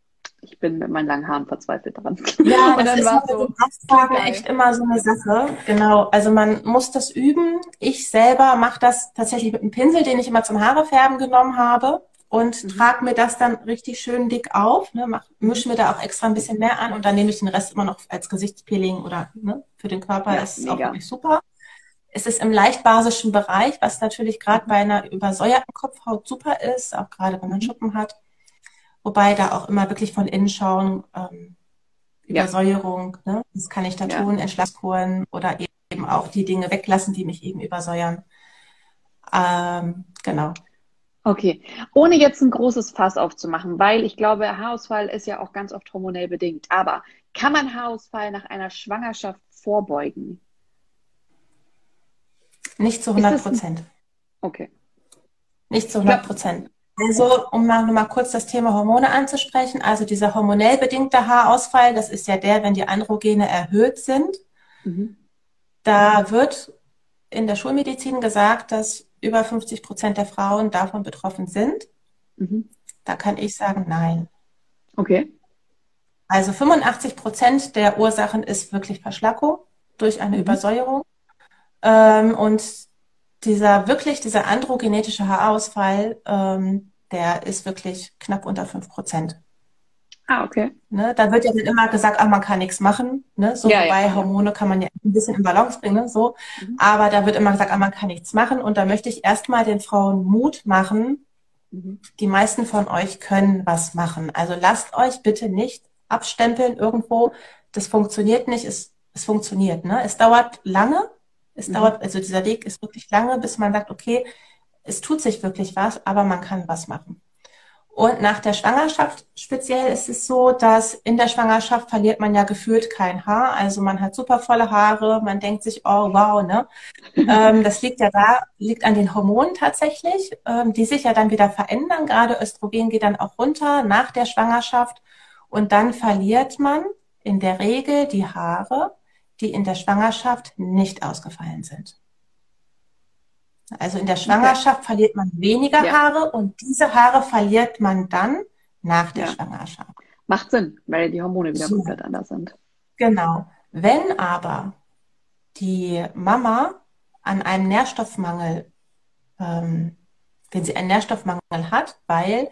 Ich bin mit meinen langen Haaren verzweifelt dran. Ja, Und das dann ist war mit es den so, Haarfarben geil. echt immer so eine Sache. Genau, also man muss das üben. Ich selber mache das tatsächlich mit einem Pinsel, den ich immer zum Haarefärben genommen habe und Mhm. trage mir das dann richtig schön dick auf, ne, mische Mhm. mir da auch extra ein bisschen mehr an und dann nehme ich den Rest immer noch als Gesichtspeeling oder ne, für den Körper Ja, ist es auch mega. wirklich super. Es ist im leicht basischen Bereich, was natürlich gerade Mhm. bei einer übersäuerten Kopfhaut super ist, auch gerade wenn man Mhm. Schuppen hat. Wobei da auch immer wirklich von innen schauen, Ja, Übersäuerung, ne? Was kann ich da ja. tun? Entschlaffkuren oder eben auch die Dinge weglassen, die mich eben übersäuern. Genau. Okay. Ohne jetzt ein großes Fass aufzumachen, weil ich glaube, Haarausfall ist ja auch ganz oft hormonell bedingt. Aber kann man Haarausfall nach einer Schwangerschaft vorbeugen? Nicht zu Ist 100 das ein... Prozent. Okay. Nicht zu Ich 100 glaube, Prozent. ja. Also, um mal, nur mal kurz das Thema Hormone anzusprechen. Also dieser hormonell bedingte Haarausfall, das ist ja der, wenn die Androgene erhöht sind. Mhm. Da wird in der Schulmedizin gesagt, dass über 50% der Frauen davon betroffen sind. Mhm. Da kann ich sagen, nein. Okay. Also 85% der Ursachen ist wirklich Verschlackung durch eine Mhm. Übersäuerung. Und dieser androgenetische Haarausfall, der ist wirklich knapp unter 5%. Ah, okay. Ne? Da wird ja dann immer gesagt, man kann nichts machen. Ne? So, Ja, ja, wobei ja. Hormone kann man ja ein bisschen in Balance bringen. Ne? So. Mhm. Aber da wird immer gesagt, man kann nichts machen. Und da möchte ich erstmal den Frauen Mut machen. Mhm. Die meisten von euch können was machen. Also lasst euch bitte nicht abstempeln irgendwo. Das funktioniert nicht. Es funktioniert. Ne? Es dauert lange. Mhm. Also dieser Weg ist wirklich lange, bis man sagt, okay, es tut sich wirklich was, aber man kann was machen. Und nach der Schwangerschaft speziell ist es so, dass in der Schwangerschaft verliert man ja gefühlt kein Haar. Also man hat super volle Haare, man denkt sich, oh wow, ne? Das liegt an den Hormonen tatsächlich, die sich ja dann wieder verändern. Gerade Östrogen geht dann auch runter nach der Schwangerschaft und dann verliert man in der Regel die Haare, die in der Schwangerschaft nicht ausgefallen sind. Also in der Okay. Schwangerschaft verliert man weniger Ja, Haare und diese Haare verliert man dann nach der ja. Schwangerschaft. Macht Sinn, weil die Hormone wieder So, komplett anders sind. genau. Wenn aber die Mama an einem Nährstoffmangel, ähm, wenn sie einen Nährstoffmangel hat, weil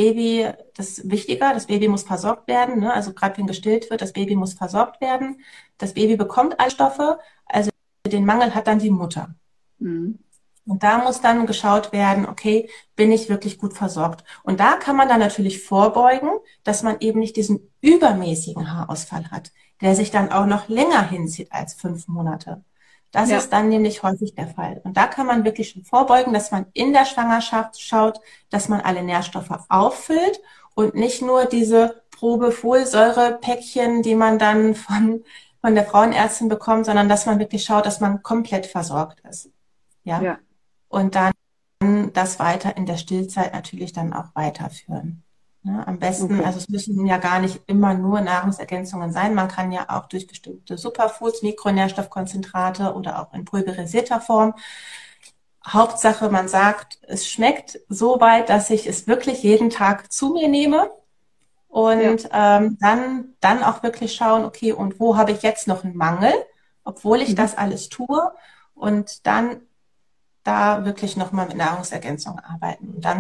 das Baby muss versorgt werden, ne? Also gerade wenn gestillt wird, das Baby muss versorgt werden, das Baby bekommt alle Stoffe, also den Mangel hat dann die Mutter. Mhm. Und da muss dann geschaut werden, okay, bin ich wirklich gut versorgt? Und da kann man dann natürlich vorbeugen, dass man eben nicht diesen übermäßigen Haarausfall hat, der sich dann auch noch länger hinzieht als 5 Monate. Das Ja, ist dann nämlich häufig der Fall. Und da kann man wirklich schon vorbeugen, dass man in der Schwangerschaft schaut, dass man alle Nährstoffe auffüllt und nicht nur diese Probefolsäure-Päckchen, die man dann von der Frauenärztin bekommt, sondern dass man wirklich schaut, dass man komplett versorgt ist. Ja. ja. Und dann das weiter in der Stillzeit natürlich dann auch weiterführen. Ja, am besten, Okay. also es müssen ja gar nicht immer nur Nahrungsergänzungen sein. Man kann ja auch durch bestimmte Superfoods, Mikronährstoffkonzentrate oder auch in pulverisierter Form. Hauptsache, man sagt, es schmeckt so weit, dass ich es wirklich jeden Tag zu mir nehme Ja. und dann auch wirklich schauen, okay, und wo habe ich jetzt noch einen Mangel, obwohl ich Mhm. das alles tue und dann da wirklich nochmal mit Nahrungsergänzung arbeiten. Und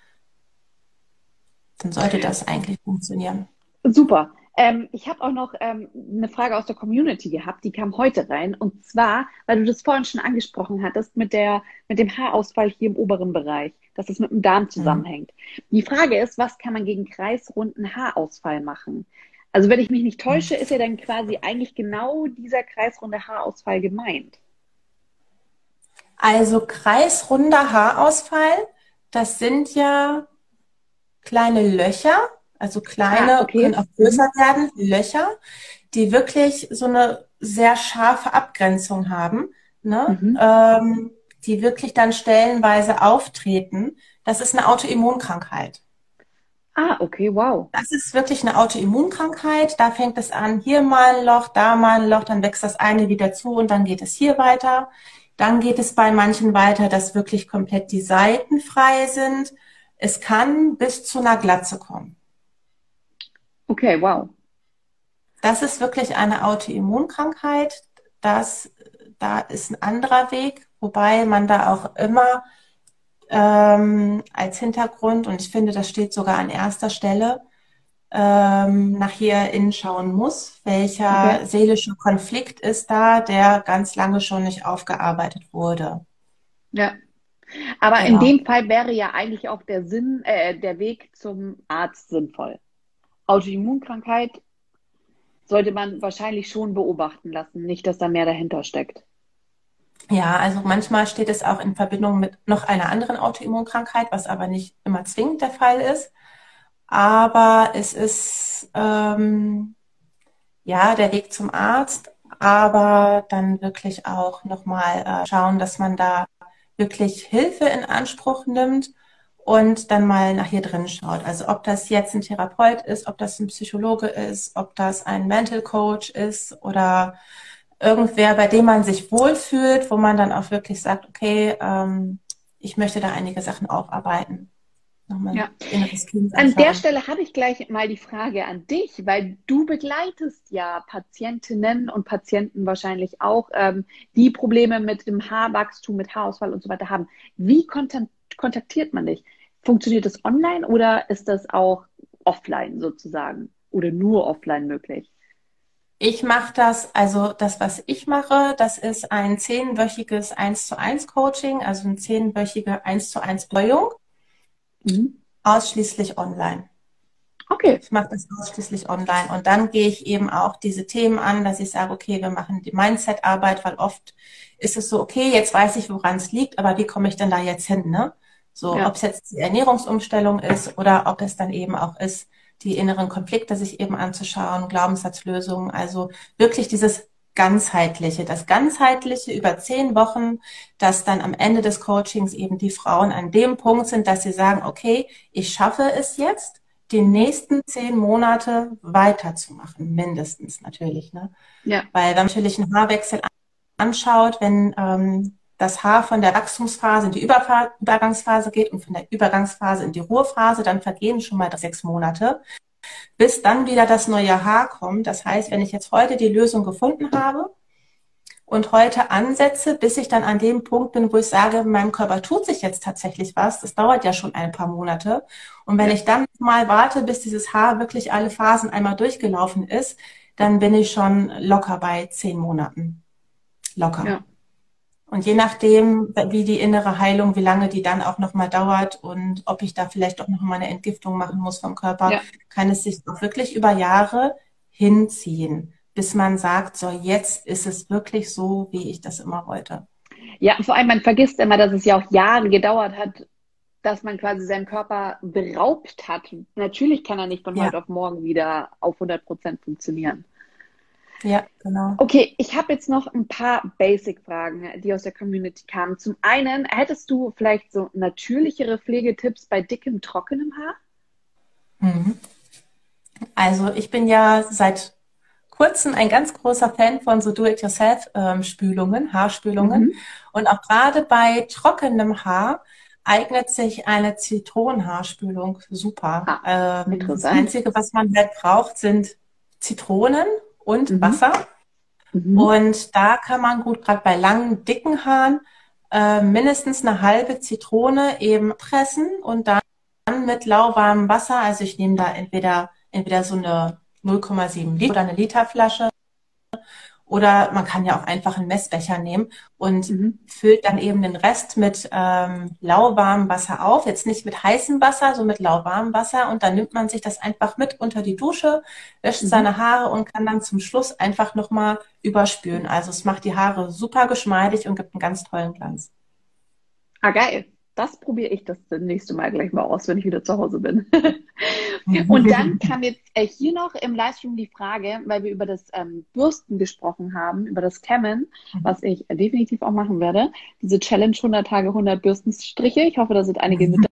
dann sollte das eigentlich funktionieren. Super. Ich habe auch noch eine Frage aus der Community gehabt, die kam heute rein. Und zwar, weil du das vorhin schon angesprochen hattest, mit dem Haarausfall hier im oberen Bereich, dass es mit dem Darm Mhm. zusammenhängt. Die Frage ist, was kann man gegen kreisrunden Haarausfall machen? Also, wenn ich mich nicht täusche, ist ja dann quasi eigentlich genau dieser kreisrunde Haarausfall gemeint. Also kreisrunder Haarausfall, das sind ja kleine Löcher, also Ah, kleine, können okay. auch Mhm. größer werden, Löcher, die wirklich so eine sehr scharfe Abgrenzung haben, ne? Mhm. Die wirklich dann stellenweise auftreten. Das ist eine Autoimmunkrankheit. Ah, okay, wow. Das ist wirklich eine Autoimmunkrankheit. Da fängt es an, hier mal ein Loch, da mal ein Loch, dann wächst das eine wieder zu und dann geht es hier weiter. Dann geht es bei manchen weiter, dass wirklich komplett die Seiten frei sind. Es kann bis zu einer Glatze kommen. Okay, wow. Das ist wirklich eine Autoimmunkrankheit. Da ist ein anderer Weg, wobei man da auch immer als Hintergrund, und ich finde, das steht sogar an erster Stelle, nachher hinschauen muss, welcher Okay. seelische Konflikt ist da, der ganz lange schon nicht aufgearbeitet wurde. Ja. Aber in Genau. dem Fall wäre ja eigentlich auch der Weg zum Arzt sinnvoll. Autoimmunkrankheit sollte man wahrscheinlich schon beobachten lassen, nicht, dass da mehr dahinter steckt. Ja, also manchmal steht es auch in Verbindung mit noch einer anderen Autoimmunkrankheit, was aber nicht immer zwingend der Fall ist. Aber es ist ja der Weg zum Arzt, aber dann wirklich auch nochmal schauen, dass man da wirklich Hilfe in Anspruch nimmt und dann mal nach hier drin schaut. Also ob das jetzt ein Therapeut ist, ob das ein Psychologe ist, ob das ein Mental Coach ist oder irgendwer, bei dem man sich wohlfühlt, wo man dann auch wirklich sagt, okay, ich möchte da einige Sachen aufarbeiten. Nochmal Ja. inneres Kind An der anschauen. Stelle habe ich gleich mal die Frage an dich, weil du begleitest ja Patientinnen und Patienten wahrscheinlich auch, die Probleme mit dem Haarwachstum, mit Haarausfall und so weiter haben. Wie kontaktiert man dich? Funktioniert das online oder ist das auch offline sozusagen oder nur offline möglich? Ich mache das, also das, was ich mache, das ist ein 10-wöchiges 1:1 Coaching, also eine 10-wöchige 1:1 Betreuung, Mhm. ausschließlich online. Okay, Ich mache das ausschließlich online und dann gehe ich eben auch diese Themen an, dass ich sage, okay, wir machen die Mindset-Arbeit, weil oft ist es so, okay, jetzt weiß ich, woran es liegt, aber wie komme ich denn da jetzt hin, ne? So, ob ja. es jetzt die Ernährungsumstellung ist oder ob es dann eben auch ist, die inneren Konflikte sich eben anzuschauen, Glaubenssatzlösungen, also wirklich dieses Ganzheitliche, das Ganzheitliche über 10 Wochen, dass dann am Ende des Coachings eben die Frauen an dem Punkt sind, dass sie sagen, okay, ich schaffe es jetzt, die nächsten 10 Monate weiterzumachen, mindestens natürlich, ne? Ja. Weil wenn man natürlich einen Haarwechsel anschaut, wenn das Haar von der Wachstumsphase in die Übergangsphase geht und von der Übergangsphase in die Ruhephase, dann vergehen schon mal 6 Monate, bis dann wieder das neue Haar kommt. Das heißt, wenn ich jetzt heute die Lösung gefunden habe und heute ansetze, bis ich dann an dem Punkt bin, wo ich sage, in meinem Körper tut sich jetzt tatsächlich was, das dauert ja schon ein paar Monate. Und wenn Ja. ich dann mal warte, bis dieses Haar wirklich alle Phasen einmal durchgelaufen ist, dann bin ich schon locker bei 10 Monaten. Locker. Ja. Und je nachdem, wie die innere Heilung, wie lange die dann auch nochmal dauert und ob ich da vielleicht auch nochmal eine Entgiftung machen muss vom Körper, Ja. kann es sich auch wirklich über Jahre hinziehen, bis man sagt, so jetzt ist es wirklich so, wie ich das immer wollte. Ja, vor allem man vergisst immer, dass es ja auch Jahre gedauert hat, dass man quasi seinen Körper beraubt hat. Natürlich kann er nicht von Ja, heute auf morgen wieder auf 100% funktionieren. ja, genau. Okay, ich habe jetzt noch ein paar Basic-Fragen, die aus der Community kamen. Zum einen, hättest du vielleicht so natürlichere Pflegetipps bei dickem, trockenem Haar? Mhm. Also ich bin ja seit kurzem ein ganz großer Fan von so Do-it-yourself-Spülungen, Haarspülungen. Mhm. Und auch gerade bei trockenem Haar eignet sich eine Zitronenhaarspülung super. Ah, Das interessant. Einzige, was man halt braucht, sind Zitronen und Mhm. Wasser. Mhm. Und da kann man gut, gerade bei langen, dicken Haaren, mindestens eine halbe Zitrone eben pressen und dann mit lauwarmem Wasser, also ich nehme da entweder so eine 0,7 Liter oder eine Literflasche oder man kann ja auch einfach einen Messbecher nehmen und Mhm. füllt dann eben den Rest mit lauwarmem Wasser auf. Jetzt nicht mit heißem Wasser, so mit lauwarmem Wasser. Und dann nimmt man sich das einfach mit unter die Dusche, wäscht Mhm. seine Haare und kann dann zum Schluss einfach nochmal überspülen. Also es macht die Haare super geschmeidig und gibt einen ganz tollen Glanz. Ah, geil. Das probiere ich das nächste Mal gleich mal aus, wenn ich wieder zu Hause bin. Und dann kam jetzt hier noch im Livestream die Frage, weil wir über das Bürsten gesprochen haben, über das Kämmen, was ich definitiv auch machen werde. Diese Challenge 100 Tage, 100 Bürstenstriche. Ich hoffe, da sind einige mit